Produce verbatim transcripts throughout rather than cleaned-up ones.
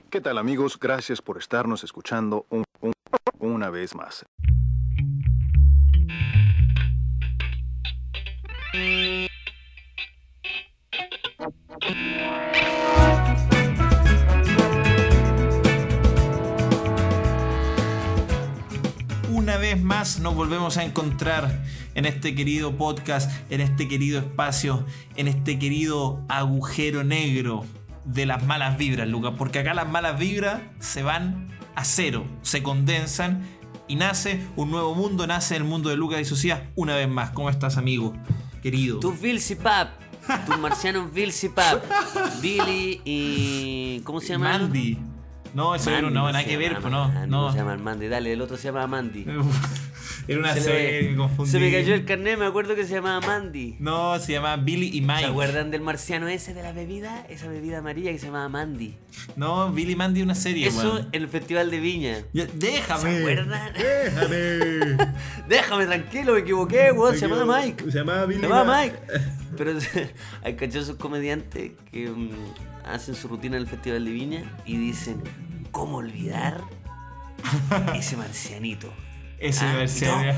¿Qué tal, amigos? Gracias por estarnos escuchando un, un, una vez más. Una vez más nos volvemos a encontrar en este querido podcast, en este querido espacio, en este querido agujero negro de las malas vibras, Lucas, porque acá las malas vibras se van a cero, se condensan y nace un nuevo mundo, nace el mundo de Lucas y Socias una vez más. ¿Cómo estás, amigo querido? Tus Bills y Pap, tus marcianos Bills y Pap, Billy y... ¿cómo se llama? Mandy. No, eso Mandy, no, no, no nada se que ver, llama pues no, Mandy, no. no se llama Mandy, dale, el otro se llama Mandy. Era una Se serie le- que confundí. Se me cayó el carnet, me acuerdo que se llamaba Mandy. No, se llama Billy y Mike. ¿Se acuerdan del marciano ese de la bebida? Esa bebida amarilla que se llamaba Mandy. No, Billy y Mandy es una serie, Eso weón. en el Festival de Viña. Ya, déjame. ¿Se acuerdan? Déjame. Déjame tranquilo, me equivoqué, weón. Se llamaba Mike. Se llamaba Billy. Se llamaba Mike. Pero hay cachosos comediantes que um, hacen su rutina en el Festival de Viña y dicen, ¿cómo olvidar ese marcianito? Ese Ah, marciano.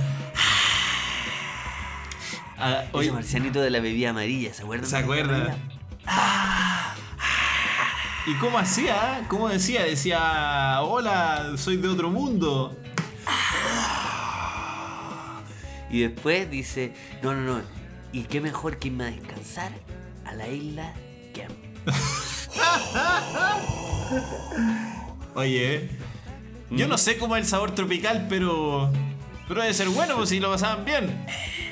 Ah, Ese oye, marcianito de la bebida amarilla, ¿se acuerdan? ¿se de la bebida acuerda? amarilla? ¿Y cómo hacía? ¿Cómo decía? Decía, hola, soy de otro mundo. Y después dice, no, no, no, y qué mejor que irme a descansar a la isla Camp. Oye, yo no sé cómo es el sabor tropical, pero... Pero debe ser bueno, pues si lo pasaban bien.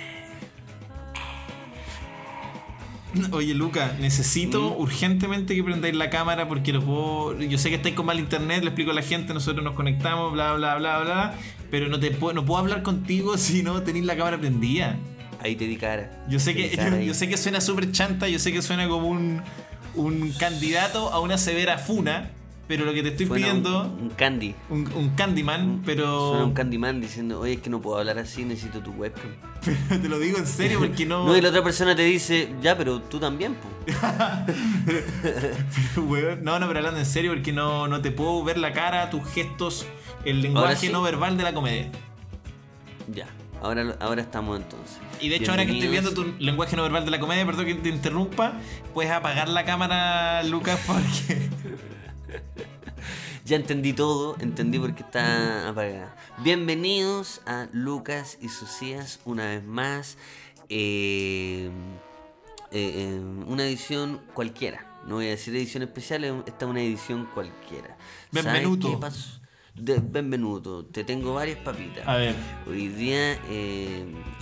Oye, Luca, necesito ¿Mm? urgentemente que prendáis la cámara porque los puedo... Yo sé que estáis con mal internet, le explico a la gente, nosotros nos conectamos, bla, bla, bla, bla, pero no te puedo, no puedo hablar contigo si no tenéis la cámara prendida. Ahí te di cara. Yo sé Te que, di cara yo, ahí. yo sé que suena súper chanta, yo sé que suena como un, un candidato a una severa funa, pero lo que te estoy Suena pidiendo... un, un candy. Un, un Candyman, pero... Suena un Candyman diciendo, oye, es que no puedo hablar así, necesito tu webcam. Pero te lo digo en serio porque no... No, y la otra persona te dice, ya, pero tú también, po. Pero, weón, no, no, pero hablando en serio porque no, no te puedo ver la cara, tus gestos, el lenguaje sí. no verbal de la comedia. Ya, ahora, ahora estamos entonces. Y de hecho ahora que estoy viendo Bienvenidos. tu lenguaje no verbal de la comedia, perdón que te interrumpa, puedes apagar la cámara, Lucas, porque... Ya entendí todo, entendí por qué está apagada. Bienvenidos a Lucas y Socias una vez más. Eh, eh, eh, una edición cualquiera. No voy a decir edición especial, esta es una edición cualquiera. ¿Sabes Benvenuto. qué pasó? De, benvenuto, te tengo varias papitas. A ver. Hoy día eh,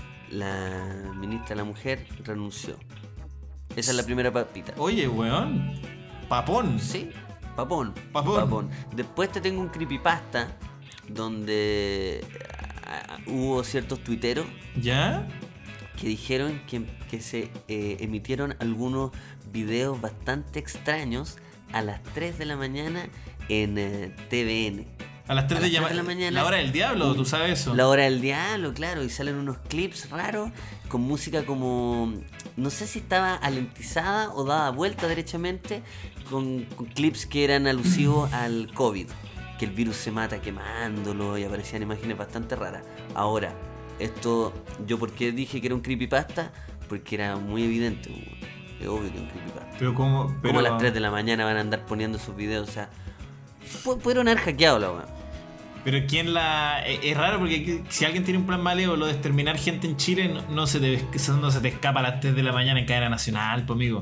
la ministra de la Mujer renunció. Esa es la primera papita. Oye, weón, papón. Sí, papón, Papón. papón. Después te tengo un creepypasta donde ah, hubo ciertos tuiteros ¿Ya? que dijeron que, que se eh, emitieron algunos videos bastante extraños a las tres de la mañana en eh, T V N. A las tres A de, las llama- tres de la mañana. La hora del diablo, tú sabes eso. La hora del diablo, claro, y salen unos clips raros con música como... No sé si estaba alentizada o dada vuelta derechamente con, con clips que eran alusivos al COVID. Que el virus se mata quemándolo y aparecían imágenes bastante raras. Ahora, esto, yo porque dije que era un creepypasta, porque era muy evidente, weón. Es obvio que es un creepypasta. Pero como... Pero... Como a las tres de la mañana van a andar poniendo sus videos, o sea... pu- Pudieron haber hackeado la weón. Pero quién la... Es es raro porque si alguien tiene un plan malévolo de exterminar gente en Chile, no, no, se, te, no se te escapa a las tres de la mañana en cadena nacional, pues, amigo.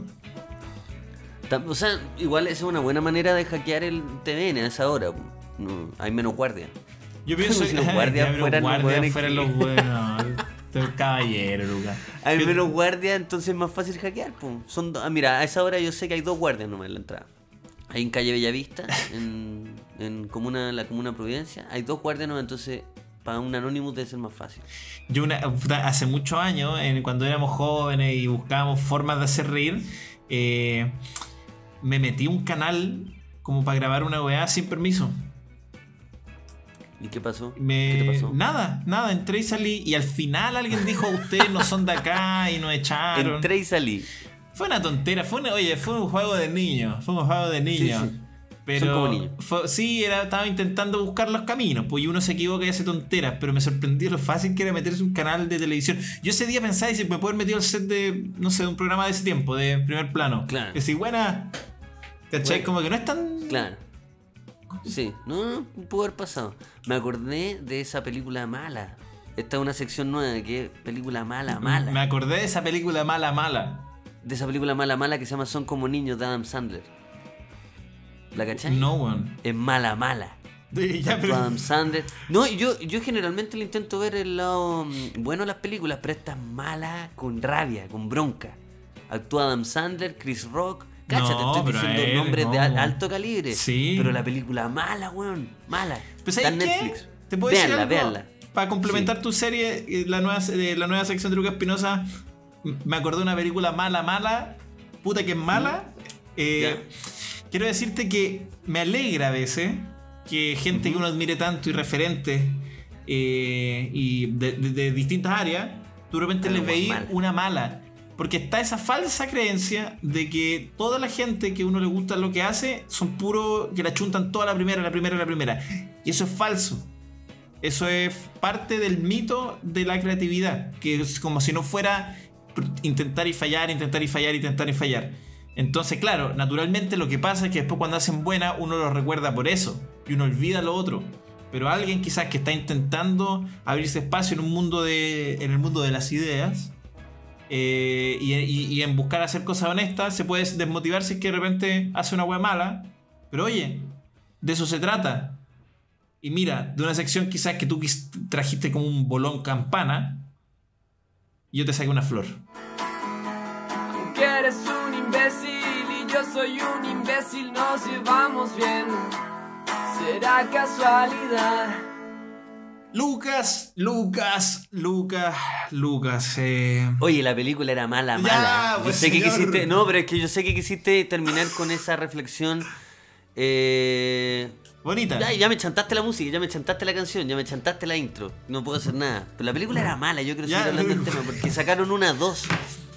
Tam- O sea, igual esa es una buena manera de hackear el T V N a esa hora. No, hay menos guardia. Yo pienso Si los guardias Ya, pero fueran los guardias hueones fueran que- los buenos. Este es un caballero, Lucas. Hay Yo- menos guardia, entonces es más fácil hackear. Po. Son do- ah, mira, a esa hora yo sé que hay dos guardias nomás en la entrada. Hay en calle Bellavista, en, en comuna, la comuna Providencia. Hay dos guardias nomás, entonces para un Anonymous debe ser más fácil. Yo una, puta, hace muchos años, en, cuando éramos jóvenes y buscábamos formas de hacer reír, eh, me metí un canal como para grabar una weá sin permiso. ¿Y qué pasó? Me... ¿Qué te pasó? Nada, nada, entré y salí. Y al final alguien dijo, ustedes no son de acá y nos echaron. Entré y salí. Fue una tontera, fue una, oye, fue un juego de niños. Fue un juego de niños. Sí, sí. Pero Son como niños. fue- sí, era, estaba intentando buscar los caminos, pues y uno se equivoca y hace tonteras, pero me sorprendió lo fácil que era meterse un canal de televisión. Yo ese día pensaba y si me puedo haber metido al set de, no sé, de un programa de ese tiempo, de primer plano. Claro. Y decir, buena, ¿cachai? Bueno. Como que no es tan... Claro. Sí, no, no, pudo haber pasado. Me acordé de esa película mala. Esta es una sección nueva que es película mala, mala. Me acordé de esa película mala, mala. De esa película mala, mala que se llama Son como niños de Adam Sandler. ¿La cachai? No one. Es mala, mala. Ya, pero... Adam Sandler. No, yo, yo generalmente le intento ver el lado mm, bueno de las películas, pero esta es mala con rabia, con bronca. Actúa Adam Sandler, Chris Rock. Cáchate, No, estoy pero diciendo a él, nombres no. de al- alto calibre. Sí. Pero la película mala, weón. Mala. Pues Está ¿sabes en qué? Netflix. ¿Te puedo decir Véanla, algo? véanla. Para complementar tu serie, eh, la nueva, eh, la nueva sección de Lucas Espinosa, m- me acordé de una película mala, mala, puta que es mala. Eh, quiero decirte que me alegra a veces que gente que uno admire tanto y referentes eh, y de, de- de distintas áreas, tú de repente Pero les veís mala. una mala. Porque está esa falsa creencia de que toda la gente que a uno le gusta lo que hace son puros que la chuntan toda la primera, la primera, la primera. Y eso es falso. Eso es parte del mito de la creatividad, que es como si no fuera intentar y fallar, intentar y fallar, intentar y fallar. Entonces, claro, naturalmente lo que pasa es que después cuando hacen buena uno lo recuerda por eso y uno olvida lo otro. Pero alguien quizás que está intentando abrirse espacio en un mundo de, en el mundo de las ideas eh, y, y- y en buscar hacer cosas honestas, se puede desmotivar si es que de repente hace una wea mala. Pero oye, de eso se trata. Y mira, de una sección quizás que tú quis- trajiste como un bolón campana, y yo te saqué una flor. Aunque eres un imbécil y yo soy un imbécil, nos llevamos bien. Será casualidad. Lucas, Lucas, Lucas, Lucas. Eh... Oye, la película era mala, Ya, mala. Yo pues, sé que señor. quisiste. No, pero es que yo sé que quisiste terminar con esa reflexión. Eh. Bonita. Ya, ya me chantaste la música, ya me chantaste la canción, ya me chantaste la intro. No puedo hacer nada. Pero la película era mala, yo quiero Ya. seguir hablando del tema, porque sacaron una, dos.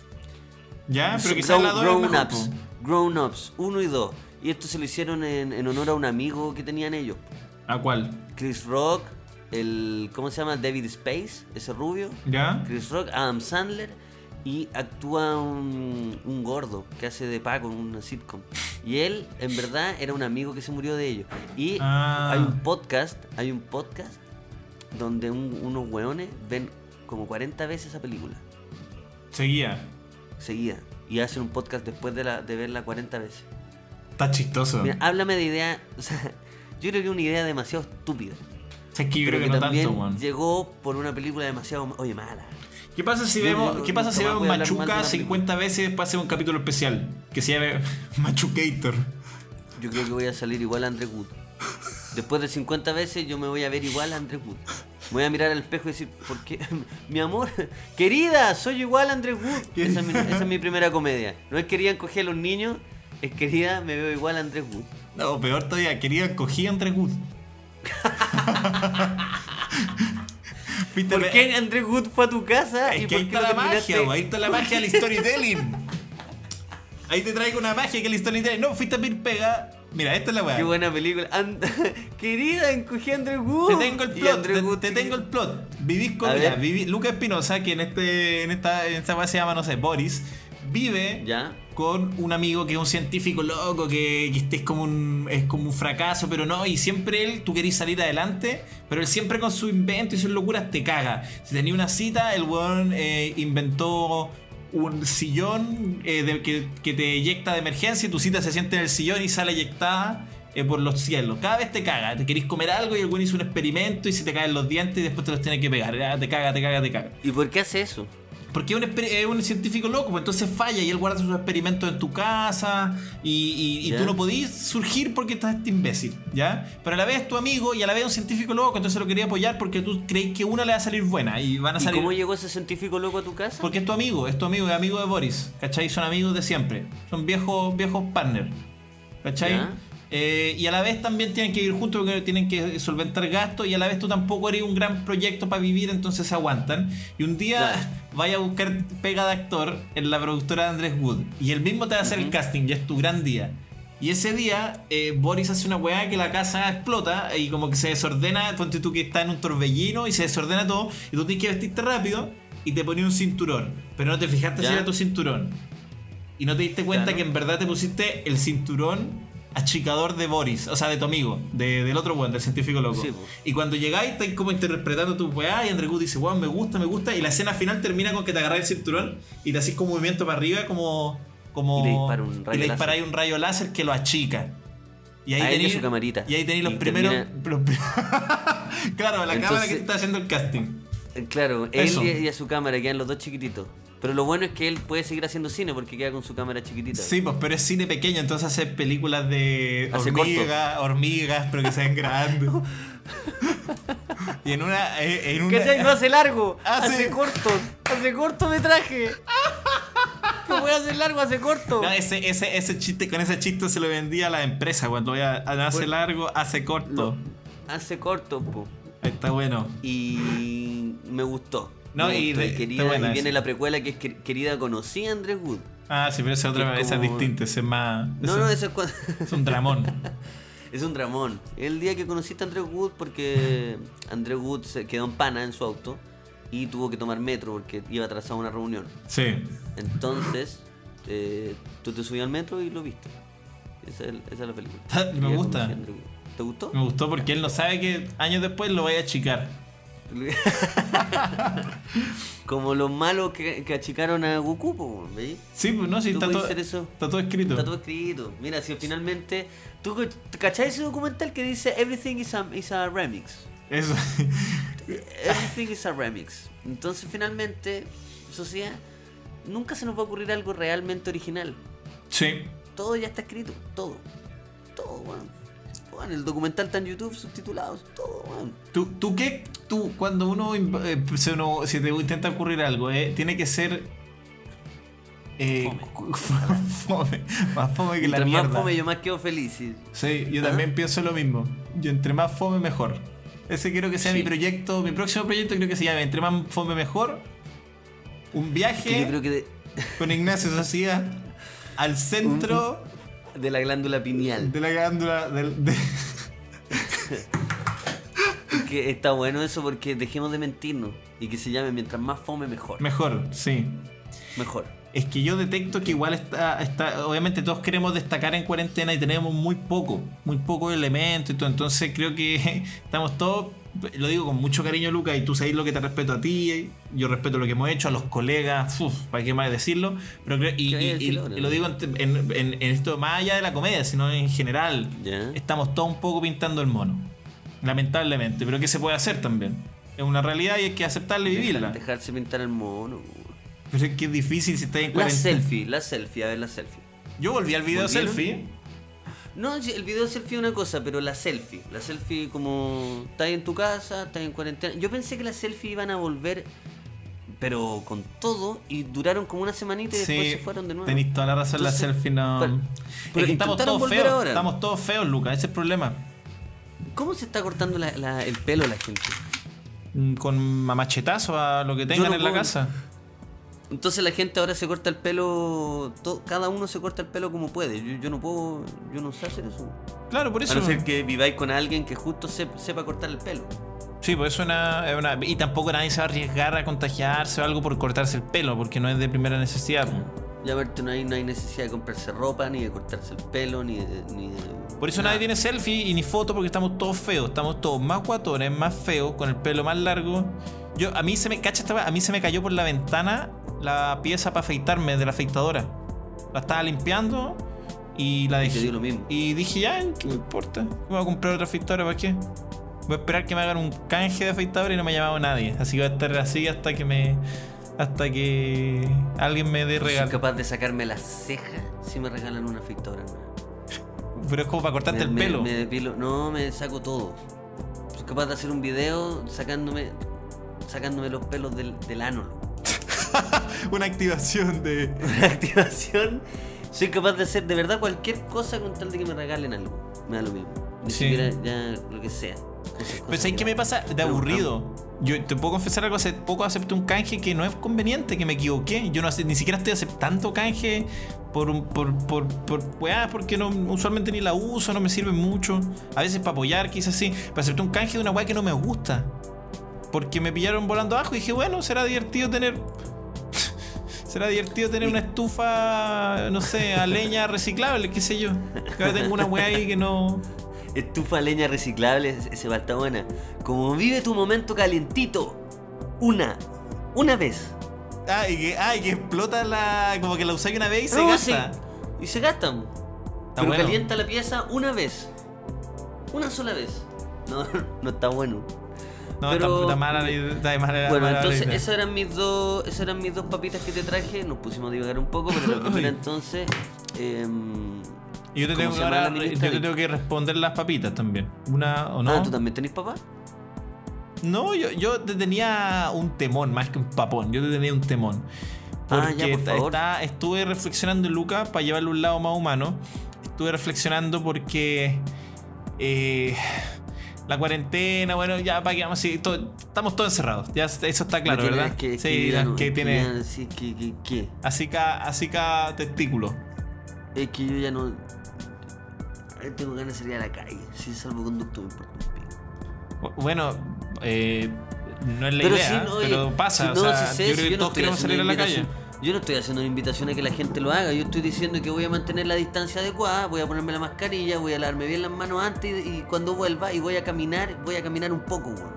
Ya, pero quizás Grown, la dos es Grown mejor, Ups. po. Grown Ups, uno y dos. Y esto se lo hicieron en, en honor a un amigo que tenían ellos. ¿A cuál? Chris Rock, el. ¿Cómo se llama? David Space, ese rubio. ¿Ya? Chris Rock, Adam Sandler. Y actúa un, un gordo que hace de Paco en una sitcom. Y él, en verdad, era un amigo que se murió de ellos. Y Ah. hay un podcast, hay un podcast donde un- unos hueones ven como cuarenta veces esa película Seguía. seguida. Y hacen un podcast después de, la, de verla cuarenta veces. Está chistoso. Mira, háblame de idea. O sea, yo creo que es una idea demasiado estúpida. O sea, es que yo Pero creo que, que no también tanto, weón. llegó por una película demasiado. Oye, mala. ¿Qué pasa si Yo vemos, no- ¿qué pasa si nunca vemos más voy a hablar mal de Machuca una película. cincuenta veces y después hacemos un capítulo especial? Que se llame Machucator. Yo creo que voy a salir igual a Andrew Wood. Después de cincuenta veces yo me voy a ver igual a Andrew Wood. Me voy a mirar al espejo y decir, ¿por qué? Mi amor, querida, soy igual a Andrew Wood. Esa es, mi, esa es mi primera comedia. No es querían coger a los niños, es querida, me veo igual a Andrew Wood. No, peor todavía, quería cogí a Andrés Wood. ¿Viste? ¿Por qué Andrew Wood fue a tu casa? Es ¿Y que por ahí qué está lo la terminaste? magia, bo, ahí está la magia del storytelling. Ahí te traigo una magia que es el storytelling. No, fuiste a pedir pega. Mira, esta es la weá. Qué buena película. And- querida, encogí a Andrew Wood. Te tengo el Y plot, Andrew te, Wood te sí- tengo el plot. Vivís con A ya, ver. viví- Lucas Espinosa, que en este en esta en esta weá se llama, no sé, Boris, vive Ya. con un amigo que es un científico loco, que, que este es como un es como un fracaso, pero no, y siempre él, tú querís salir adelante, pero él siempre con su invento y sus locuras te caga. Si tenía una cita, el weón eh, inventó un sillón eh, de- que, que te eyecta de emergencia y tu cita se siente en el sillón y sale eyectada eh, por los cielos. Cada vez te caga, te querís comer algo y el weón hizo un experimento y se te caen los dientes y después te los tienes que pegar. Ya, te caga, te caga, te caga. ¿Y por qué hace eso? Porque es un, exper- es un científico loco, pues entonces falla y él guarda sus experimentos en tu casa y, y- y Ya. tú no podís surgir porque estás este imbécil, ¿ya? Pero a la vez es tu amigo y a la vez es un científico loco, entonces lo quería apoyar porque tú crees que una le va a salir buena y van a ¿Y salir... cómo llegó ese científico loco a tu casa? Porque es tu amigo, es tu amigo, es amigo de Boris, ¿cachai? Son amigos de siempre, son viejos, viejos partners, ¿cachai? Ya. Eh, y a la vez también tienen que vivir juntos porque tienen que solventar gastos y a la vez tú tampoco eres un gran proyecto para vivir, entonces se aguantan. Y un día Claro. vaya a buscar pega de actor en la productora de Andrés Wood y él mismo te va a hacer el Ujú. casting, ya es tu gran día. Y ese día eh, Boris hace una weá que la casa explota y como que se desordena. Ponte tú que está en un torbellino y se desordena todo. Y tú tienes que vestirte rápido y te pones un cinturón. Pero no te fijaste ¿Ya? si era tu cinturón. Y no te diste cuenta Claro. que en verdad te pusiste el cinturón achicador de Boris. O sea, de tu amigo, de, del otro weón, del científico loco. Sí, po. Y cuando llegáis estáis como interpretando tu weá y André Good dice, weón, me gusta, me gusta. Y la escena final termina con que te agarras el cinturón y te haces como movimiento para arriba como... Como, Y le dispara un rayo y le láser. disparáis un rayo láser que lo achica. Y ahí A él y a tenéis su camarita. Y ahí tenéis los Y primeros. termina- los pri- claro, la cámara Entonces- que te está haciendo el casting. Eh, Claro, Eso. él y, y a su cámara quedan los dos chiquititos. Pero lo bueno es que él puede seguir haciendo cine porque queda con su cámara chiquitita. Sí, pues, pero es cine pequeño, entonces hace películas de Hace hormigas, hormigas, pero que se ven grandes. Y en una. eh, En una ¿Cachai? No hace largo, Hace- hace cortos, hace cortometraje. Que puede hacer largo, hace corto. No, ese, ese, ese chiste, con ese chiste se lo vendía a la empresa. Cuando voy a, a hace Bueno, largo, hace corto. Lo- hace corto, po. Ahí está bueno. Y me gustó. No, Me y gustó, de- querida, está buena y viene esa. la precuela que es que- Querida conocí a Andrés Wood. Ah, sí, pero esa otra Es esa es como- distinta, ese es más. No, ese- no, eso es cuando... es un dramón. Es un dramón. El día que conociste a Andrés Wood porque Andrés Wood se quedó en pana en su auto y tuvo que tomar metro porque iba atrasado a una reunión. Sí. Entonces, eh, tú te subí al metro y lo viste. Esa es, esa es la película. Me Ya gusta. conocí a Andrés Wood. ¿Te gustó? Me gustó porque él no sabe que años después lo vaya a achicar. Como los malos que, que achicaron a Goku, po, ¿veis? Sí, pues no, sí, ¿Tú está puedes todo, hacer eso? está todo escrito. Está todo escrito. Mira, si finalmente... ¿Tú cachai ese documental que dice Everything is a, is a remix? Eso. Everything is a remix. Entonces finalmente, sociedad, nunca se nos va a ocurrir algo realmente original. Sí. Todo ya está escrito, todo. Todo, weón. Bueno, el documental está en YouTube, subtitulados, todo, weón. ¿Tú, ¿Tú qué? Tú, cuando uno, eh, se uno si te intenta ocurrir algo, eh, tiene que ser. Eh, fome. Más fome que la Mientras mierda. más fome, yo más quedo feliz. Sí. Sí, yo ¿Ah? también pienso lo mismo. Yo entre más fome mejor. Ese quiero que sea Sí. mi proyecto, mi próximo proyecto creo que se llame entre más fome mejor. Un viaje Que yo creo que de, con Ignacio Sociedad al centro de la glándula pineal. de la glándula del. De... Que está bueno eso porque dejemos de mentirnos. Y que se llame mientras más fome, mejor. Mejor, sí. Mejor. Es que yo detecto que igual está, está. Obviamente todos queremos destacar en cuarentena y tenemos muy poco, muy poco elemento y todo. Entonces creo que estamos todos. Lo digo con mucho cariño, Luca, y tú sabes lo que te respeto a ti, yo respeto lo que hemos hecho, a los colegas, uf, para qué más decirlo, pero creo, y, ¿Qué y- hay que decirlo y- ahora? y lo digo en, en- en- en esto más allá de la comedia, sino en general, Ya. estamos todos un poco pintando el mono, lamentablemente, pero ¿qué se puede hacer también? Es una realidad y hay que aceptarla y vivirla. Dejar- dejarse pintar el mono. Pero es que es difícil si estás en La cuarentena. selfie, la selfie, a ver la selfie. Yo volví al video ¿Volvieron? selfie. No, sí, el video selfie es una cosa, pero la selfie. La selfie como... Estás en tu casa, estás en cuarentena. Yo pensé que las selfies iban a volver, pero con todo, y duraron como una semanita y después Sí, se fueron de nuevo. tenéis toda la razón, la Entonces, selfie no. pero- Es pero que estamos intentaron todos volver feos. ahora. Estamos todos feos, Lucas, ese es el problema. ¿Cómo se está cortando la- la- el pelo la gente? Mm, Con machetazo a lo que Yo tengan no en la puedo. casa. Entonces la gente ahora se corta el pelo, to- cada uno se corta el pelo como puede. Yo, yo no puedo, yo no sé hacer eso. Claro, por A eso. no ser que viváis con alguien que justo se- sepa cortar el pelo. Sí, pues eso es una, es una- Y tampoco nadie se va a arriesgar a contagiarse o algo por cortarse el pelo, porque no es de primera necesidad. Ya verte, no hay, no hay necesidad de comprarse ropa, ni de cortarse el pelo, ni de... Ni de Por eso nada. nadie tiene selfie y ni foto, porque estamos todos feos. Estamos todos más guatones, más feos, con el pelo más largo. Yo, a mí se me, cacha, estaba, a mí se me cayó por la ventana la pieza para afeitarme de la afeitadora. La estaba limpiando y la Y dejé. te dio lo mismo. Y dije, ya, ¿qué me importa? ¿Me voy a comprar otra afeitadora para qué? Voy a esperar que me hagan un canje de afeitadora y no me ha llamado nadie. Así que voy a estar así hasta que me. Hasta que alguien me dé Soy regalo. capaz de sacarme las cejas si me regalan una afeitadora nueva. Pero es como para cortarte Me- el me- pelo. me depilo- no, me saco todo. Soy capaz de hacer un video sacándome sacándome los pelos del, del ano. Una activación de. Una activación. Soy capaz de hacer de verdad cualquier cosa con tal de que me regalen algo. Me da lo mismo. Ni Sí. siquiera ya lo que sea. cosas, Pero cosas ¿sabes qué me pasa? De Pero, aburrido. Yo te puedo confesar algo, hace poco acepté un canje que no es conveniente, que me equivoqué. Yo no ni siquiera estoy aceptando canje por un- por por por weá, porque no, usualmente ni la uso, no me sirve mucho. A veces para apoyar, quizás sí. Pero acepté un canje de una weá que no me gusta. Porque me pillaron volando abajo y dije, bueno, será divertido tener. Será divertido tener una estufa, no sé, a leña reciclable, qué sé yo. Que ahora tengo una weá ahí que no. Estufa leña reciclable, ese va está buena. Como vive tu momento calientito. Una, una vez. Ah, y que, ah, y que explota la. Como que la usáis una vez y se No, gasta. sí. Y se gastan. Pero bueno. calienta la pieza una vez. Una sola vez. No, no está bueno. No, Pero- está, está mala, está de mala, Bueno, mala entonces idea. esas eran mis dos, esas eran mis dos papitas que te traje. Nos pusimos a divagar un poco, pero la primera entonces. em, Y yo te, ¿cómo tengo, se llama ahora, la yo ministra? te tengo que responder las papitas también. Una o no. Ah, ¿tú también tenés papá? No, yo, yo te tenía un temón más que un papón. Yo te tenía un temón. Ah, Porque ya, por está- favor. está- estuve reflexionando en Luca para llevarle un lado más humano. Estuve reflexionando porque eh, la cuarentena, bueno, ya para que vamos así, todo- estamos todos encerrados. Ya eso está claro, Me tiene- ¿verdad? es que, es sí, que ya no- que es que tiene ya- sí, que, que, que- así cada, así cada testículo. Es que yo ya no. eh, Tengo ganas de salir a la calle. Si es salvoconducto me importa un pico. Bueno, eh, no es la Pero idea, sí, no, oye, pero pasa. sí, o no, sea, sí sé, yo sí, creo que yo no todos estoy queremos haciendo salir a la calle. invitación. Yo no estoy haciendo una invitación a que la gente lo haga. Yo estoy diciendo que voy a mantener la distancia adecuada, voy a ponerme la mascarilla, voy a lavarme bien las manos antes y, y cuando vuelva y voy a caminar, voy a caminar un poco, weón.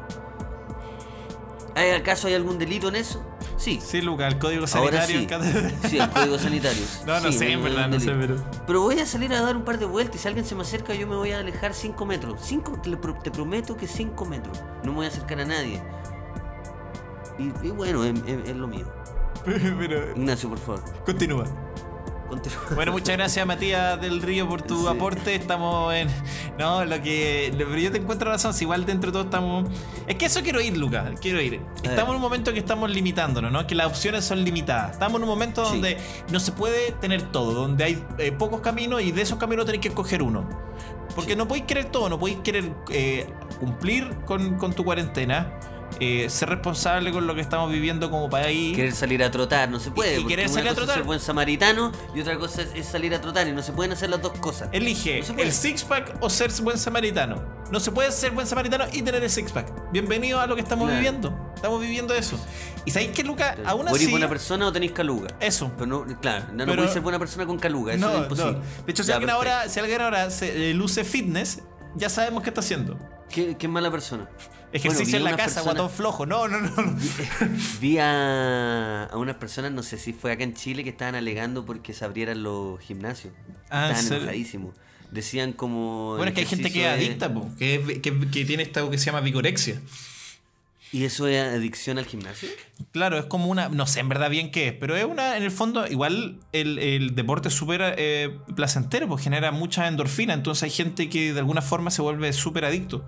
¿Hay acaso hay algún delito en eso? Sí. Sí, Luca, el código Ahora sanitario. sí. en cada- Sí, el código sanitario. No, no Sí, sé, hay- en hay verdad, un no sé, delito. pero. Pero voy a salir a dar un par de vueltas y si alguien se me acerca yo me voy a alejar cinco metros. Cinco, te, lo pro- te prometo que cinco metros. No me voy a acercar a nadie. Y, y bueno, es, es- es lo mío. pero. Ignacio, por favor, Continúa. continúa. Bueno, muchas gracias Matías del Río por tu Sí. aporte. Estamos en. No, lo que. lo- Pero yo te encuentro razón. Si igual dentro de todo estamos. Es que eso quiero ir, Lucas. Quiero ir. Estamos en un momento que estamos limitándonos, ¿no? Que las opciones son limitadas. Estamos en un momento Sí. donde no se puede tener todo. Donde hay eh, pocos caminos y de esos caminos tenés que escoger uno. Porque Sí. no podéis querer todo. No podéis querer eh, cumplir con, con tu cuarentena. eh, ser responsable con lo que estamos viviendo como país. Querer salir a trotar, no se puede. Y- y porque querer una salir a cosa trotar. es ser buen samaritano y otra cosa es, es salir a trotar y no se pueden hacer las dos cosas. Elige No se puede. el six pack o ser buen samaritano. No se puede ser buen samaritano y tener el six pack. Bienvenido a lo que estamos Claro. viviendo. Estamos viviendo eso. Y sabéis que, Luca, aún ¿O así. eres buena persona o tenéis caluga? Eso. Pero no, claro, no, no Pero- podéis ser buena persona con caluga, eso No, es imposible. no. De hecho, si Ya, alguien, perfecto. ahora, si alguien ahora se eh, luce fitness, ya sabemos qué está haciendo. ¿Qué, qué mala persona? Ejercicio Bueno, vi en la unas casa, personas- guatón flojo. No, no, no. no. Vi a, a unas personas, no sé si fue acá en Chile, que estaban alegando porque se abrieran los gimnasios. Ah, ¿en estaban serio? enojadísimos. Decían como. Bueno, es que hay gente que es ejercicio adicta, po, que, es- que, que tiene esto que se llama vigorexia. ¿Y eso es adicción al gimnasio? Claro, es como una. No sé en verdad bien qué es, pero es una. En el fondo, igual el, el deporte es súper eh, placentero, pues genera mucha endorfina. Entonces hay gente que de alguna forma se vuelve súper adicto.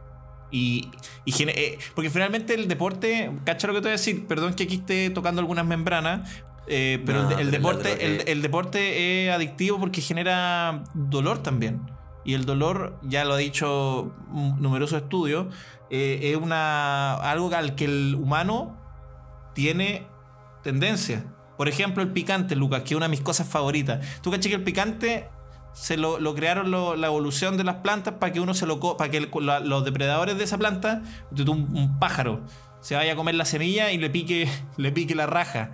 Y. y gene- eh, porque finalmente el deporte. Cacha lo que te voy a decir. Perdón que aquí esté tocando algunas membranas. eh, pero No, el, el pero deporte, la droga el, es- el deporte es adictivo porque genera dolor también. Y el dolor, ya lo ha dicho mm, numerosos estudios, eh, es una algo al que el humano tiene tendencia. Por ejemplo, el picante, Lucas, que es una de mis cosas favoritas. ¿Tú caché que el picante se lo, lo crearon lo- la evolución de las plantas para que uno se lo co- para que el- la- los depredadores de esa planta, un, un pájaro, se vaya a comer la semilla y le pique, le pique la raja?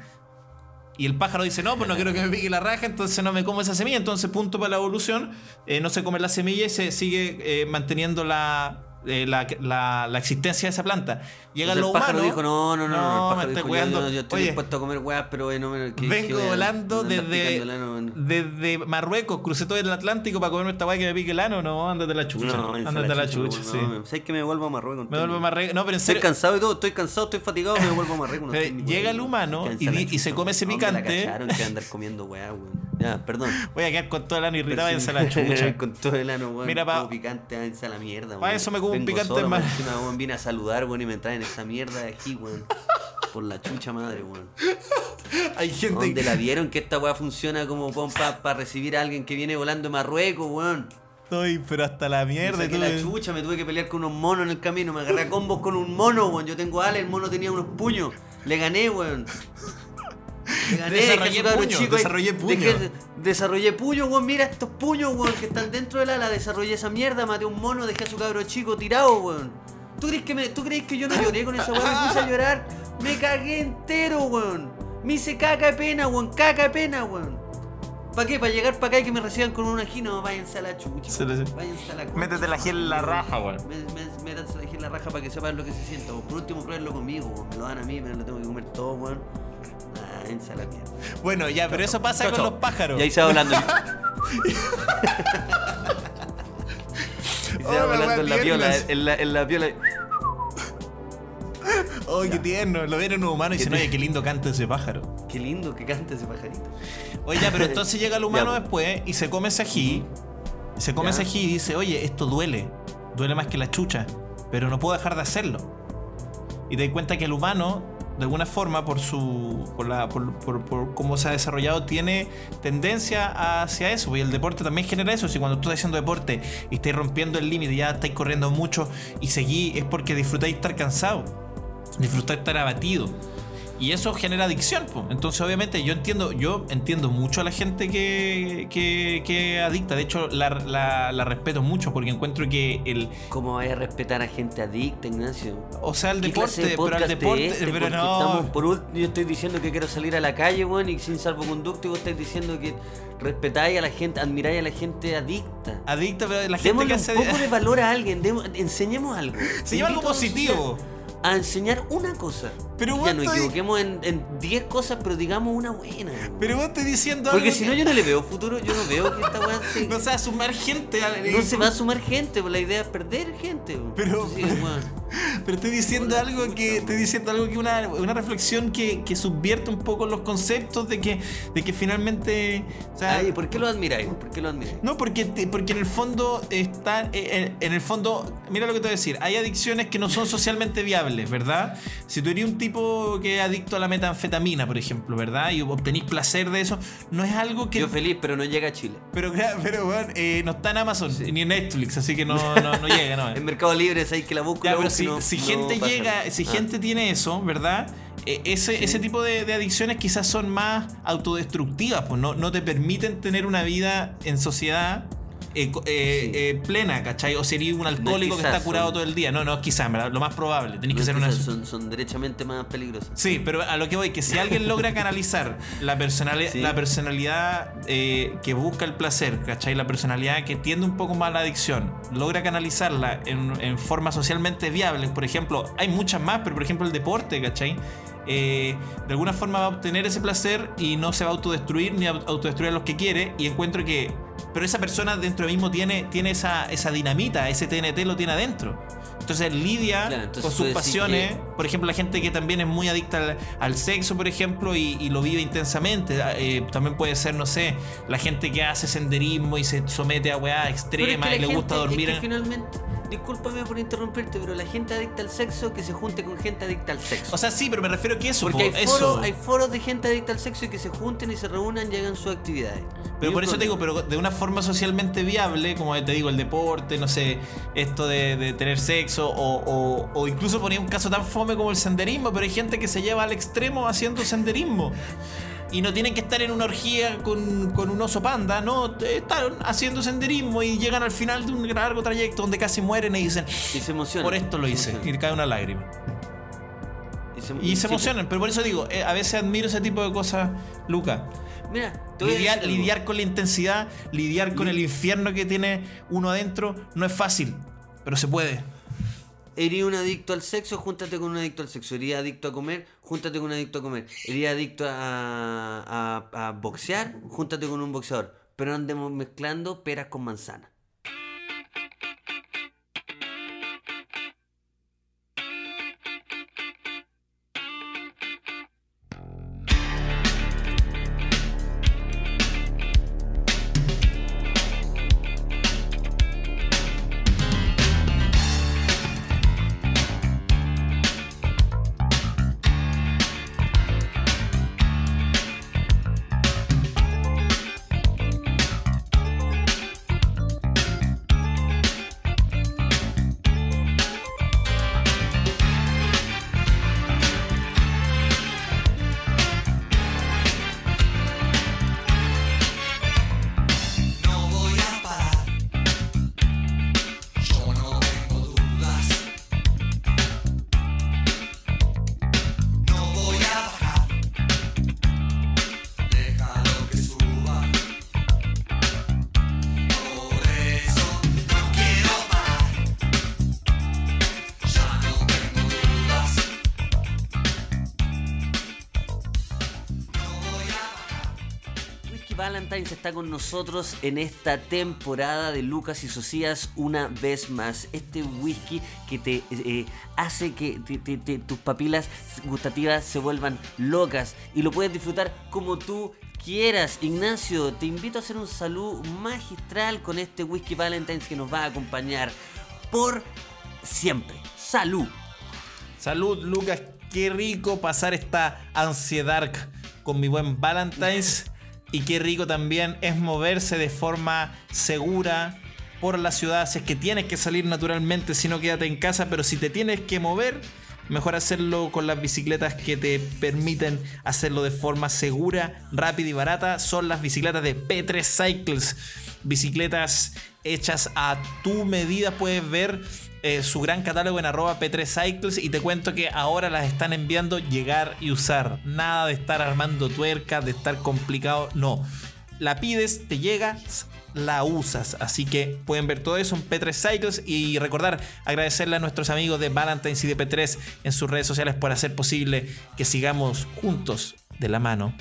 Y el pájaro dice, no, pues no quiero que me pique la raja, entonces no me como esa semilla. Entonces, punto para la evolución, eh, no se come la semilla y se sigue eh, manteniendo la, eh, la, la, la existencia de esa planta. Llegan Entonces los el pájaro humanos. dijo, no, no, no, no, no, el pájaro me estoy dijo, yo, cuidando. yo, yo estoy Oye, dispuesto a comer weas, pero eh, no me... que- que vengo voy a volando andar desde, picando el ano, bueno. desde Marruecos, crucé todo el Atlántico para comerme esta weá que me pique el ano. No, ándate a la chucha. No, ándate a la chucha, sí. No, ¿sabes que me vuelvo a Marruecos? Me vuelvo a Marruecos. No, pero en Estoy serio. cansado y todo, estoy cansado, estoy fatigado, me vuelvo a Marruecos. No Pero estoy ni llega weón. el humano Quédense y a la di- y se chucha, come ese no, me la picante. cacharon que andar comiendo weá, weón. Ya, perdón. Voy a quedar con todo el ano irritado, Pero váyanse sí, a la chucha. Con todo el ano, weón. Mira, pa- como picante, váyanse a la mierda, weón. Pa' eso me como un Vengo picante solo, más. weón, encima, weón, vine a saludar, weón, y me traen esa mierda de aquí, weón. Por la chucha madre, weón. Hay gente. ¿Dónde la vieron que esta weá funciona como para recibir a alguien que viene volando de Marruecos, weón? Estoy, pero hasta la mierda. Me saqué tuve- la chucha, me tuve que pelear con unos monos en el camino. Me agarré a combos con un mono, weón. Yo tengo alas, el mono tenía unos puños. Le gané, weón. Le gané, Desarrollé dejé a su cabro puño, chico ahí. desarrollé puño. Dejé- desarrollé puño, weón. Mira estos puños, weón, que están dentro del ala. Desarrollé esa mierda, maté a un mono, dejé a su cabro chico tirado, weón. ¿Tú crees que, me, ¿tú crees que yo no lloré con esa weón? Me puse a llorar. Me cagué entero, weón. Me hice caca de pena, weón. Caca de pena, weón. ¿Para qué? ¿Para llegar para acá y que me reciban con una ají? No, váyanse a la chucha. Se le- Váyanse a la Métete la gel en la raja, weón. Mé- mé- Métanse la gel en la raja para que sepan lo que se siente. O por último, pruébenlo conmigo, weón. Me lo dan a mí, me lo tengo que comer todo, weón. Váyanse a la mierda. Bueno, ya, pero eso pasa Chao, con chao. los pájaros. Y ahí se va hablando. Y se Oh, va la volando wea en la tierna. piola, en la, en la piola. Oh, qué tierno. Lo vieron un humano y dicen, ¿Qué te- oye, qué lindo canta ese pájaro. Qué lindo que canta ese pajarito. Oye, ya, pero entonces llega el humano Ya, pues. después y se come ese ají. Se come Ya. ese ají y dice, oye, esto duele. Duele más que la chucha. Pero no puedo dejar de hacerlo. Y te das cuenta que el humano, de alguna forma, por su. por la. por, por, por cómo se ha desarrollado, tiene tendencia hacia eso. Y el deporte también genera eso. Si cuando tú estás haciendo deporte y estás rompiendo el límite, ya estáis corriendo mucho y seguís, es porque disfrutáis estar cansado. Disfrutáis estar abatido. Y eso genera adicción, po. Entonces obviamente yo entiendo, yo entiendo mucho a la gente que, que, que adicta. De hecho, la, la, la respeto mucho porque encuentro que el. ¿Cómo vais a respetar a gente adicta, Ignacio? O sea, el ¿Qué clase deporte, de pero el podcast deporte. es este? pero Porque no. estamos- por ult- yo estoy diciendo que quiero salir a la calle, weón, y sin salvoconducto, y vos estáis diciendo que respetáis a la gente, admiráis a la gente adicta. Adicta, pero la gente Démosle que un hace. poco de valor a alguien, demos- enseñemos algo. Enseñemos algo Invito a positivo. A enseñar una cosa. Pero ya vos nos estoy- equivoquemos en en diez cosas, pero digamos una buena. weón. Pero vos estás diciendo Porque algo. si que- no, yo no le veo futuro, yo no veo que esta weá se. No se va a sumar gente. a- No se va a sumar gente, pues la idea es perder gente. weón. Pero- Entonces, weón, Pero estoy diciendo Hola, algo chucha, que. weón. Estoy diciendo algo que una, una reflexión que, que subvierte un poco los conceptos de que, de que finalmente. O sea, Ay, ¿por qué lo admiráis? ¿Por qué lo admiráis? no, porque, te- porque en el fondo está. En, en el fondo, mira lo que te voy a decir. Hay adicciones que no son socialmente viables, ¿verdad? Si tú eres un tipo que es adicto a la metanfetamina, por ejemplo, ¿verdad? Y obtenís placer de eso, no es algo que. Yo feliz, pero no llega a Chile. Pero, pero bueno, eh, no está en Amazon Sí. ni en Netflix, así que no, no, no llega, ¿no? En Mercado Libre, sabéis que la busco. Ya, la pero busco si, y no- si no gente pasa llega, nada. si Ah. gente tiene eso, ¿verdad? Eh, ese, Sí. ese tipo de, de adicciones quizás son más autodestructivas, pues no, no te permiten tener una vida en sociedad eh, co- eh, Sí. eh, plena, ¿cachai? O sería un alcohólico que quizás, está curado son- todo el día. No, no, es quizás, ¿verdad? Lo más probable. Tenés que No, ser es una. que son, son derechamente más peligrosas. Sí, pero a lo que voy, que si alguien logra canalizar la, personali- Sí. la personalidad eh, que busca el placer, ¿cachai? La personalidad que tiende un poco más a la adicción, logra canalizarla en, en formas socialmente viables, por ejemplo, hay muchas más, pero por ejemplo el deporte, ¿cachai? Eh, de alguna forma va a obtener ese placer y no se va a autodestruir ni a autodestruir a los que quiere, y encuentro que... Pero esa persona dentro mismo tiene, tiene esa, esa dinamita, ese T N T lo tiene adentro. Entonces lidia Claro, entonces con tú sus decís pasiones. que- Por ejemplo, la gente que también es muy adicta al, al sexo, por ejemplo, y, y lo vive intensamente. Eh, también puede ser, no sé, la gente que hace senderismo y se somete a weá Pero es extrema que y la le gusta gente- dormir es que en... finalmente, discúlpame por interrumpirte, pero la gente adicta al sexo que se junte con gente adicta al sexo. O sea, sí, pero me refiero a que eso, Porque po, hay eso. foros, hay foros de gente adicta al sexo y que se junten y se reúnan y hagan sus actividades. Pero Ni por un eso te digo, problema. pero de una forma socialmente viable, como te digo, el deporte, no sé, esto de, de tener sexo, o, o, o incluso ponía un caso tan fome como el senderismo, pero hay gente que se lleva al extremo haciendo senderismo. Y no tienen que estar en una orgía con, con un oso panda, no, están haciendo senderismo y llegan al final de un largo trayecto donde casi mueren y dicen, Y se emocionan. por esto lo Se hice, y emocionan. cae una lágrima. Y se, Y se sí, emocionan, pero por eso digo, eh, a veces admiro ese tipo de cosas, Luca. Mira, te voy a Lidiar, decir algo. lidiar con la intensidad, lidiar con el infierno que tiene uno adentro, no es fácil, pero se puede. Eres un adicto al sexo, júntate con un adicto al sexo. Eres adicto a comer, júntate con un adicto a comer. Eres adicto a, a, a boxear, júntate con un boxeador. Pero no andemos mezclando peras con manzanas. Valentine's está con nosotros en esta temporada de Lucas y Socias una vez más. Este whisky que te eh, hace que te, te, te, tus papilas gustativas se vuelvan locas y lo puedes disfrutar como tú quieras. Ignacio, te invito a hacer un salud magistral con este whisky Valentine's que nos va a acompañar por siempre. ¡Salud! Salud, Lucas. Qué rico pasar esta ansiedad con mi buen Valentine's. Y qué rico también es moverse de forma segura por la ciudad. Si es que tienes que salir naturalmente, si no, quédate en casa. Pero si te tienes que mover, mejor hacerlo con las bicicletas que te permiten hacerlo de forma segura, rápida y barata. Son las bicicletas de P tres Cycles. Bicicletas hechas a tu medida. Puedes ver eh, su gran catálogo en arroba P tres Cycles. Y te cuento que ahora las están enviando llegar y usar. Nada de estar armando tuercas, de estar complicado. No. La pides, te llega, la usas. Así que pueden ver todo eso en P tres Cycles. Y recordar, agradecerle a nuestros amigos de Valentine's y de P tres en sus redes sociales por hacer posible que sigamos juntos de la mano.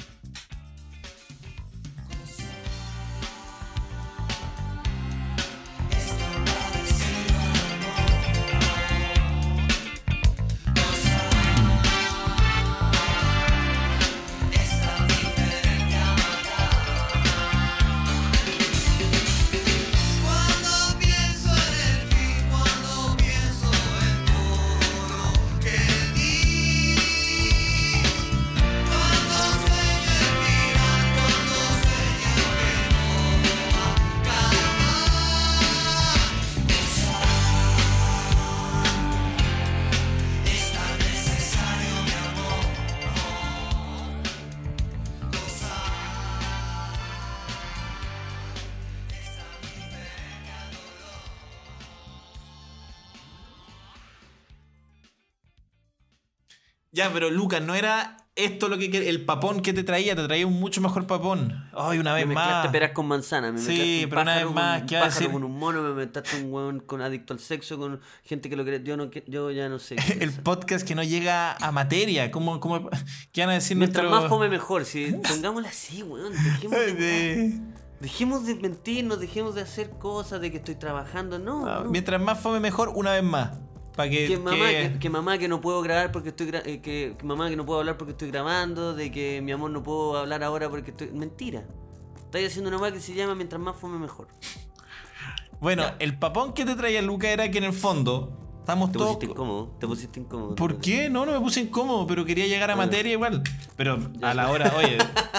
Ya, pero Lucas, no era esto lo que el papón que te traía, te traía un mucho mejor papón. Ay, una vez me más. Me mezclaste peras con manzana, me sí, pero una vez más, ¿qué va a decir? Con un mono, me mezclaste un hueón con adicto al sexo, con gente que lo quiere. Yo no, yo ya no sé. El podcast que no llega a materia, ¿cómo, cómo qué van a decir Mientras nuestro... más fome mejor, si pongámosla así, weón, dejemos de, de... dejemos de mentirnos, dejemos de hacer cosas, de que estoy trabajando, no, no, no. Mientras más fome mejor, una vez más. Que, que, mamá, que... Que, que mamá que no puedo grabar porque estoy gra que, que mamá que no puedo hablar porque estoy grabando, de que mi amor no puedo hablar ahora porque estoy... Mentira. Estoy haciendo una weá que se llama mientras más fome mejor. Bueno, ya. El papón que te traía Luca era que en el fondo estamos te todos... Pusiste incómodo, te pusiste incómodo. ¿Por te qué? No, no me puse incómodo, pero quería llegar a bueno. materia igual. Pero ya. A la hora, oye...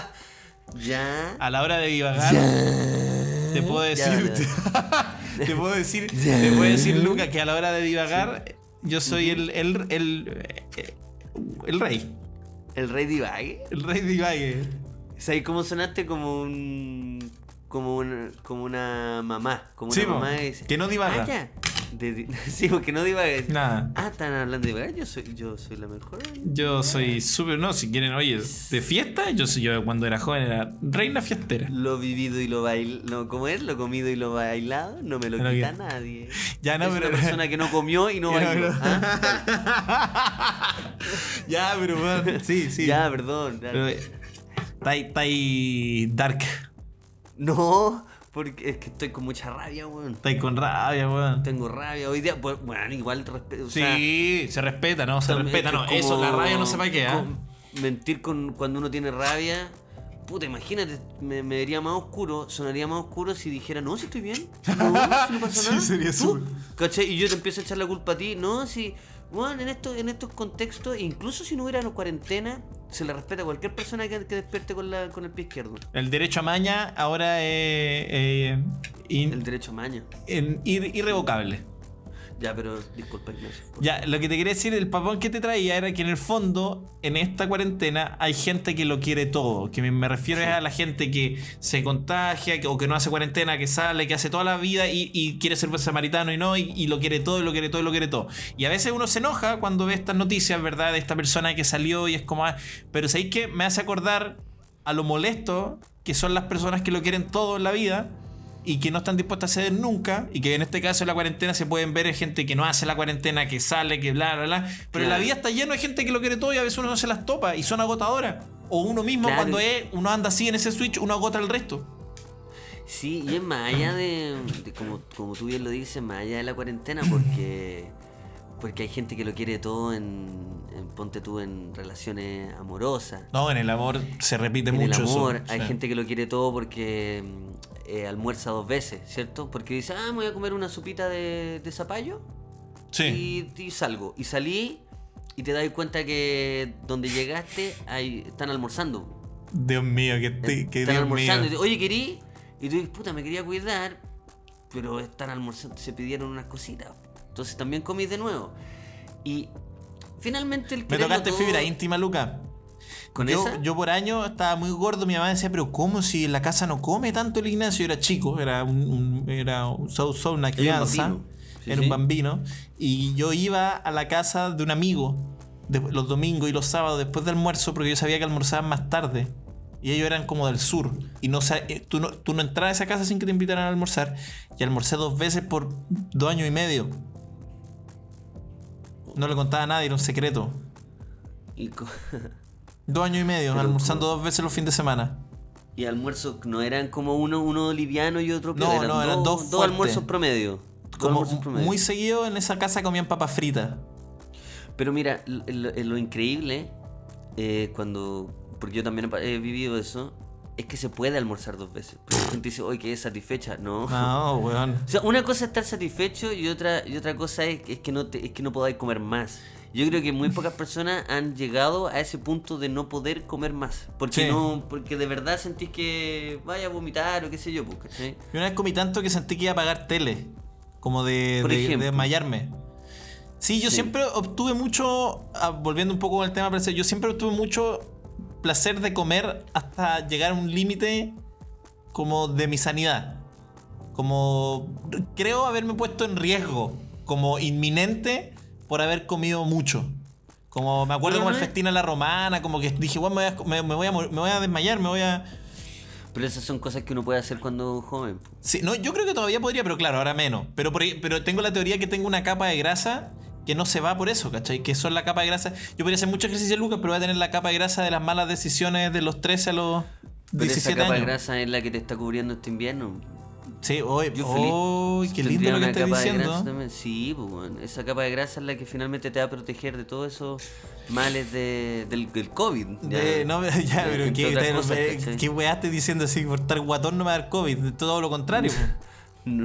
ya. A la hora de divagar... Ya. Te puedo decir... Ya, te, te puedo decir... Ya. Te puedo decir, Luca, que a la hora de divagar... Sí. Yo soy el el, el, el, el rey. ¿El rey divague? El rey divague. ¿Sabes cómo sonaste? Como un... Como una, como una mamá. Como una sí, mamá que, dice, que no divaga. Ah, ya. De, de, sí, porque no divaga. Nada. Ah, están hablando de divagar. Yo soy, yo soy la mejor. Yo soy súper... No, si quieren, oye, de fiesta, yo soy yo cuando era joven era reina fiestera. Lo vivido y lo bailado. No, ¿cómo es? Lo comido y lo bailado. No me lo no, quita que... nadie. Ya no, es pero... una persona que no comió y no bailó. ¿Ah? Ya, pero bueno, sí, sí. Ya, perdón. Está ahí dark. No, porque es que estoy con mucha rabia, weón. Estoy con rabia, weón. Tengo rabia. Hoy día, pues, bueno, igual respeto. O sí, sea, se respeta, ¿no? Se respeta, no. Eso, la rabia no se para qué, ¿eh? Mentir con, cuando uno tiene rabia. Puta, imagínate, me, me vería más oscuro, sonaría más oscuro si dijera, no, si estoy bien. No, si no pasa nada. Sí, sería súper. ¿Cachai? Y yo te empiezo a echar la culpa a ti. No, si... Bueno, en, esto, en estos contextos, incluso si no hubiera una cuarentena, se le respeta a cualquier persona que, que despierte con, la, con el pie izquierdo. El derecho a maña ahora es... Eh, in, el derecho a maña. En, ir, irrevocable. Ya, pero disculpa, Ignacio. Ya, lo que te quería decir, el papón que te traía era que en el fondo, en esta cuarentena, hay gente que lo quiere todo. Que me refiero sí. es a la gente que se contagia, que, o que no hace cuarentena, que sale, que hace toda la vida y, y quiere ser samaritano y no, y, y lo quiere todo, y lo quiere todo, y lo quiere todo. Y a veces uno se enoja cuando ve estas noticias, ¿verdad? De esta persona que salió y es como... Ah, pero ¿sabéis qué? Me hace acordar a lo molesto que son las personas que lo quieren todo en la vida y que no están dispuestas a ceder nunca, y que en este caso en la cuarentena se pueden ver gente que no hace la cuarentena, que sale, que bla, bla, bla, pero claro. En la vida está lleno de gente que lo quiere todo y a veces uno no se las topa y son agotadoras, o uno mismo claro. Cuando es, uno anda así en ese switch, uno agota el resto. Sí, y es más allá de, de como, como tú bien lo dices, más allá de la cuarentena, porque porque hay gente que lo quiere todo en, en ponte tú en relaciones amorosas. No, en el amor se repite En mucho el amor, eso. hay Sí. gente que lo quiere todo porque eh, almuerza dos veces, ¿cierto? Porque dice, ah, me voy a comer una sopita de, de zapallo Sí. y, y salgo. Y salí y te das cuenta que donde llegaste hay, están almorzando. Dios mío, que, te, que están Dios almorzando. Y mío. te, oye, querí. Y tú dices, puta, me quería cuidar, pero están almorzando, se pidieron unas cositas. Entonces también comí de nuevo. Y finalmente el Me quererlo tocaste todo- fibra íntima, Luca. ¿Con yo, esa? yo por años estaba muy gordo, mi mamá decía, pero ¿cómo si en la casa no come tanto el Ignacio? Yo era chico, era un, un- era un, so- so- una Era un crianza, bambino. Sí, era sí. un bambino, y yo iba a la casa de un amigo de- los domingos y los sábados después del almuerzo, porque yo sabía que almorzaban más tarde. Y ellos eran como del sur. Y no, sa- eh, tú, no, tú no entrabas a esa casa sin que te invitaran a almorzar. Y almorcé dos veces por dos años y medio. No le contaba a nadie, era un secreto. Y, co- Dos años y medio, Pero almorzando ¿cómo? dos veces los fines de semana. y almuerzos no eran como uno, uno liviano y otro No, piola, no, eran dos dos fuertes. almuerzos promedio. Dos Como almuerzos promedio. muy seguido en esa casa comían papas fritas. Pero mira, lo, lo- lo increíble, eh, cuando. Porque yo también he, pa- he vivido eso, es que se puede almorzar dos veces. Porque la gente dice, oye, que es satisfecha. No. No, weón. O sea, una cosa es estar satisfecho y otra, y otra cosa es, es que no te, es que no podáis comer más. Yo creo que muy pocas personas han llegado a ese punto de no poder comer más. Porque Sí. no, porque de verdad sentís que vaya a vomitar o qué sé yo, pues, ¿cachai? Yo una vez comí tanto que sentí que iba a pagar tele. Como de, Por de, ejemplo. de desmayarme. Sí, yo Sí. siempre obtuve mucho, ah, volviendo un poco con el tema, pero yo siempre obtuve mucho placer de comer hasta llegar a un límite como de mi sanidad. Como creo haberme puesto en riesgo, como inminente por haber comido mucho. Como me acuerdo Pero como no el es- festín a la romana, como que dije, bueno, me voy a, me, me voy a, mor- me voy a desmayar, me voy a... Pero esas son cosas que uno puede hacer cuando joven. Sí, no, yo creo que todavía podría, pero claro, ahora menos. Pero, por ahí- pero tengo la teoría que tengo una capa de grasa que no se va por eso, ¿cachai? Que son la capa de grasa. Yo podría hacer mucho ejercicio, Lucas, pero voy a tener la capa de grasa de las malas decisiones de los trece a los Pero esa diecisiete capa de años. grasa es la que te está cubriendo este invierno. Sí, hoy, Yo feliz. uy, qué Tendría lindo lo que una estás capa de diciendo. grasa también. Sí, pues, bueno, esa capa de grasa es la que finalmente te va a proteger de todos esos males de, del, del COVID. ya. De- no, ya, De- pero entre qué, otras te- cosas, eh, ¿cachai? qué weá estás diciendo así, por estar guatón no me va a dar COVID, todo lo contrario. po. No.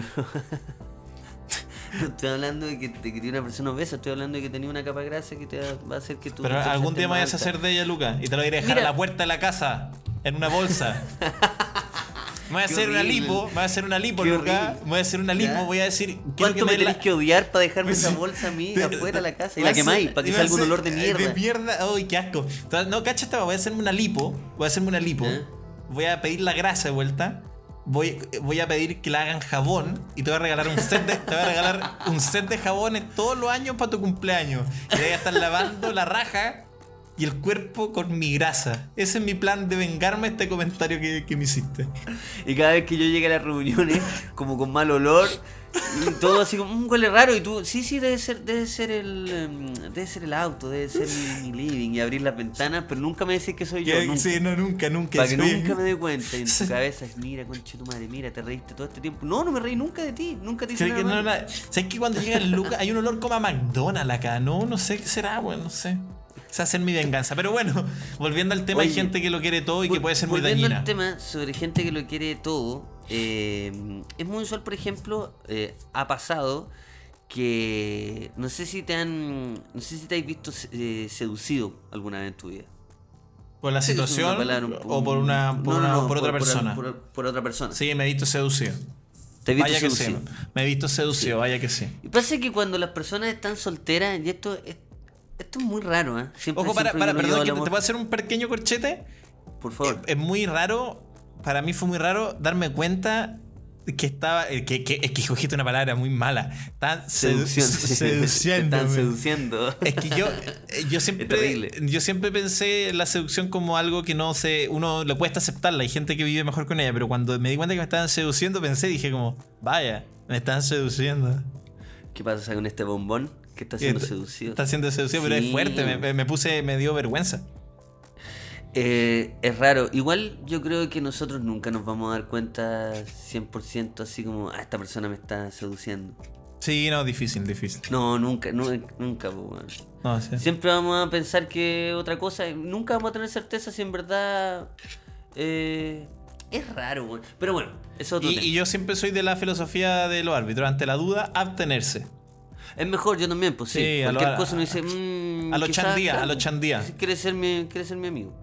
No estoy hablando de que, de que tiene una persona obesa, estoy hablando de que tenía una capa de grasa que te va va a hacer que tú. Pero algún día me voy a deshacer de ella, Lucas, y te lo voy a dejar Mira. a la puerta de la casa, en una bolsa. Me voy a Qué hacer una horrible. lipo, me voy a hacer una lipo, Qué Lucas. horrible. Me voy a hacer una lipo, ¿Ya? voy a decir. quiero ¿Cuánto que me den tenés la- que odiar para dejarme esa Sí. bolsa a mí Te- afuera de la casa? Y va la a quemáis, ser- para que va a salga un ser- olor de mierda. De mierda, uy, qué asco. Entonces, no, cáchate, voy a hacerme una lipo, voy a hacerme una lipo, ¿Eh? voy a pedir la grasa de vuelta. Voy, voy a pedir que la hagan jabón y te voy a regalar un set de, te voy a regalar un set de jabones todos los años para tu cumpleaños. Y te voy a estar lavando la raja y el cuerpo con mi grasa. Ese es mi plan de vengarme este comentario que, que me hiciste. Y cada vez que yo llegue a las reuniones, como con mal olor, y todo así como, un huele raro, y tú, sí, sí, debe ser, debe ser el em, debe ser el auto, debe ser mi, mi living, y abrir las ventanas, pero nunca me decís que soy yo, Que- nunca. sí, no, nunca, nunca. Para que sí. nunca me dé cuenta, y en tu cabeza es, mira, conche tu madre, mira, te reíste todo este tiempo. No, no me reí nunca de ti, nunca te hice Creo nada que no, malo. la- ¿Sabes que cuando llega el Lucas hay un olor como a McDonald's acá? No, no sé qué será, bueno, no sé. Esa va a ser mi venganza. Pero bueno, volviendo al tema, hay Oye, gente que lo quiere todo y que Vol- puede ser muy Volviendo dañina. al tema sobre gente que lo quiere todo, eh, es muy usual, por ejemplo, eh, ha pasado que no sé si te han, no sé si te has visto eh, seducido alguna vez en tu vida. ¿Por la Sí, es una situación palabra un- o por una, por, no, no, una- no, por otra por- persona? Por, por otra persona. Sí, me he visto seducido. ¿Te has visto Vaya que seducido? sí. Me he visto seducido, vaya que sí. Y pasa que cuando las personas están solteras, y esto es, esto es muy raro, ¿eh? Siempre, Ojo, para, siempre para, yo lo perdón, llevo que al te amor. puedo hacer un pequeño corchete. Por favor. Es, es muy raro, para mí fue muy raro darme cuenta que estaba, eh, que, que, es que cogiste una palabra muy mala. Están sedu- Seducción. seduciendo. Te están seduciendo. Es que yo, eh, yo siempre, terrible. yo siempre pensé la seducción como algo que no se, uno le cuesta aceptarla. Hay gente que vive mejor con ella, pero cuando me di cuenta que me estaban seduciendo, pensé, dije como, vaya, me están seduciendo. ¿Qué pasa con este bombón que está siendo Está- seducido? Está siendo seducido, pero es Sí. fuerte. Me, me puse, me dio vergüenza. Eh, es raro. Igual yo creo que nosotros nunca nos vamos a dar cuenta cien por ciento así como, ah, esta persona me está seduciendo. Sí, no, difícil, difícil. No, nunca, nu- nunca. po, weón. No, sí. Siempre vamos a pensar que otra cosa. Nunca vamos a tener certeza si en verdad eh, es raro, weón. Pero bueno, eso es otro Y, tema. y yo siempre soy de la filosofía de los árbitros. Ante la duda, abstenerse. Es mejor, yo también, pues sí. Sí, a lo- Cualquier a- cosa uno dice, mmm, a lo chandía, a lo chandía. Quiere ser mi, quiere ser mi amigo.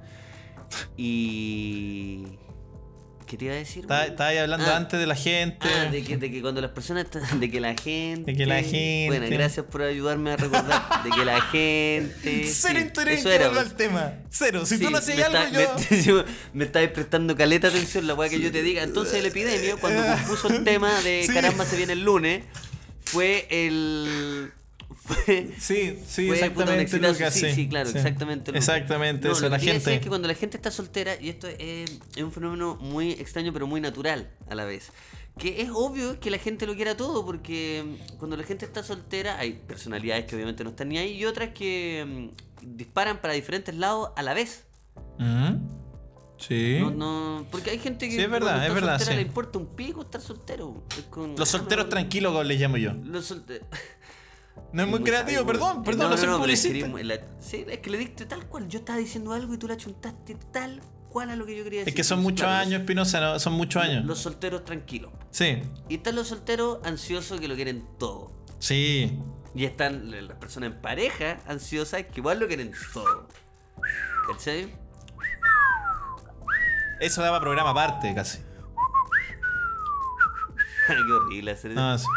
Y... ¿Qué te iba a decir? Estaba weón? estaba ahí hablando Ah. antes de la gente. Ah, de que, de que cuando las personas están, de que la gente. De que la gente. Bueno, gracias por ayudarme a recordar. De que la gente. Cero sí, interés eso en era, que vuelva pues. al tema. Cero. Si Sí, tú no hacías me algo, está- yo. Me, me estáis prestando caleta atención la weá que yo te diga. Entonces el epidemio, cuando compuso el tema de Sí. Caramba se viene el lunes, fue el. Fue, Sí, sí, fue, puta, un exactamente. exitazo. Lucas, sí, sí, claro, exactamente. Lucas. Exactamente, No, eso, lo la que quería decir gente. es que cuando la gente está soltera, y esto es, es un fenómeno muy extraño, pero muy natural a la vez. Que es obvio que la gente lo quiera todo, porque cuando la gente está soltera, hay personalidades que obviamente no están ni ahí y otras que mm, disparan para diferentes lados a la vez. Mm, Sí. No, no, porque hay gente que Sí, es verdad, cuando es está verdad, soltera sí. le importa un pico estar soltero. Es con- Los solteros ah, no, tranquilos, como les llamo yo. Los solteros. No es muy creativo, sabio, perdón, weón. perdón, no, no, soy no, pero es que publicista. eres muy- la- sí, es que le diste tal cual. Yo estaba diciendo algo y tú la chuntaste tal cual a lo que yo quería decir. Es que son Los- muchos claro, años, Espinosa, no, son muchos los- años. Los solteros tranquilos. Sí, Y están los solteros ansiosos que lo quieren todo. sí. Y están las personas en pareja ansiosas que igual lo quieren todo. ¿Cachai? Eso daba programa aparte, casi. Qué horrible hacer eso. Ah, sí.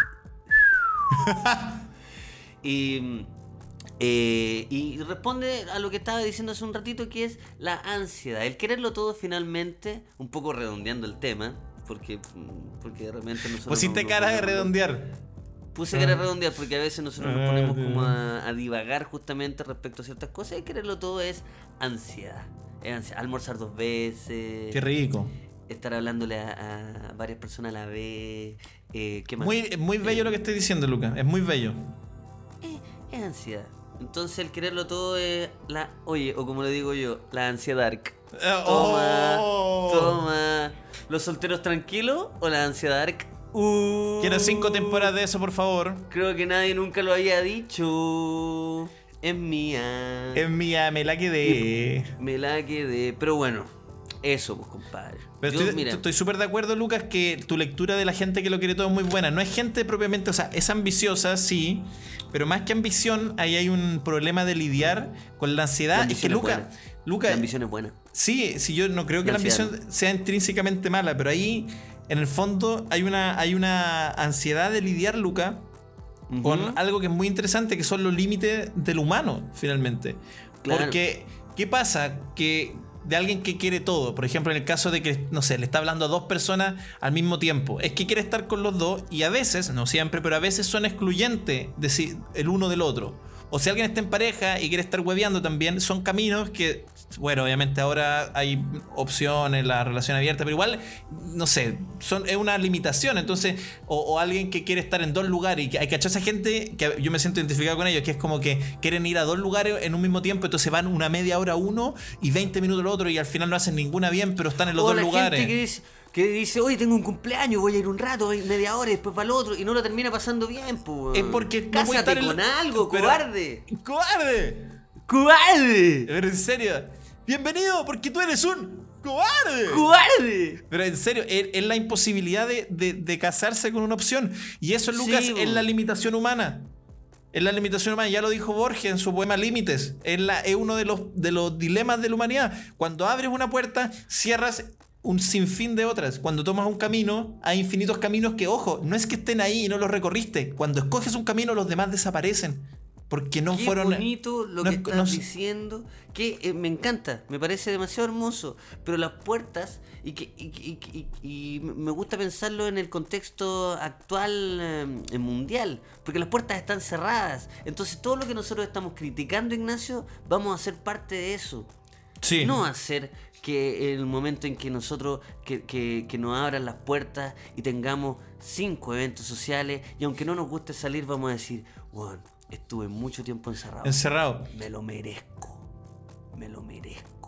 Y, eh, y responde a lo que estaba diciendo hace un ratito, que es la ansiedad, el quererlo todo finalmente, un poco redondeando el tema, porque, porque realmente nosotros... Pusiste no- no cara de ponemos- redondear. Puse cara de redondear porque a veces nosotros nos ponemos como a, a divagar justamente respecto a ciertas cosas y quererlo todo es ansiedad. Es ansiedad. Almorzar dos veces. Qué rico. Estar hablándole a, a varias personas a la vez. Eh, ¿Qué más? Muy, muy bello lo que estoy diciendo, Lucas. Es muy bello. Eh, es ansiedad. Entonces el quererlo todo es la... Oye, o como le digo yo, la ansiedad. Toma, Oh. toma. ¿Los solteros tranquilos o la ansiedad? Uh, Quiero cinco temporadas de eso, por favor. Creo que nadie nunca lo había dicho. Es mía. Es mía, me la quedé. Me la quedé. Pero bueno, eso, pues, compadre. Pero Yo, estoy mira, estoy súper de acuerdo, Lucas, que tu lectura de la gente que lo quiere todo es muy buena. No es gente propiamente, o sea, es ambiciosa, sí, pero más que ambición, ahí hay un problema de lidiar con la ansiedad. La Es que ambición es Lucas, buena. Lucas, la ambición es buena. sí, sí, yo no creo que La la ansiedad, ambición sea intrínsecamente mala, pero ahí, en el fondo, hay una, hay una ansiedad de lidiar, Lucas, Ujú. con algo que es muy interesante, que son los límites del humano, finalmente. Claro. Porque, ¿qué pasa? Que de alguien que quiere todo, por ejemplo, en el caso de que, no sé, le está hablando a dos personas al mismo tiempo, es que quiere estar con los dos y a veces, no siempre, pero a veces son excluyentes de si- el uno del otro. O si alguien está en pareja y quiere estar hueveando también, son caminos que, bueno, obviamente ahora hay opciones, la relación abierta, pero igual, no sé, son, es una limitación. Entonces, o, o alguien que quiere estar en dos lugares y que hay que echar esa gente, que yo me siento identificado con ellos, que es como que quieren ir a dos lugares en un mismo tiempo, entonces van una media hora uno y veinte minutos el otro y al final no hacen ninguna bien, pero están en los O dos la lugares. gente que dice, que dice, oye, tengo un cumpleaños, voy a ir un rato, voy media hora y después va al otro, y no lo termina pasando bien, pues. Es porque no Cásate puede estar en con la- algo, pero- cobarde. ¡Cobarde! ¡Cobarde! Pero en serio, bienvenido porque tú eres un cobarde. ¡Cobarde! Pero en serio, es, es la imposibilidad de, de- de casarse con una opción. Y eso, Lucas, Sí, es bo. la limitación humana. Es la limitación humana. Ya lo dijo Borges en su poema Límites. Es, la, es uno de los, de los dilemas de la humanidad. Cuando abres una puerta, cierras un sinfín de otras. Cuando tomas un camino, hay infinitos caminos que, ojo, no es que estén ahí y no los recorriste. Cuando escoges un camino, los demás desaparecen. Porque no Qué fueron... bonito lo no que es- estás no es- diciendo, que eh, me encanta, me parece demasiado hermoso, pero las puertas, y, que, y, y- y- y me gusta pensarlo en el contexto actual eh, mundial, porque las puertas están cerradas, entonces todo lo que nosotros estamos criticando, Ignacio, vamos a ser parte de eso. Sí. No hacer que el momento en que nosotros, que, que, que nos abran las puertas y tengamos cinco eventos sociales, y aunque no nos guste salir, vamos a decir, bueno, estuve mucho tiempo encerrado. Encerrado. Me lo merezco. Me lo merezco.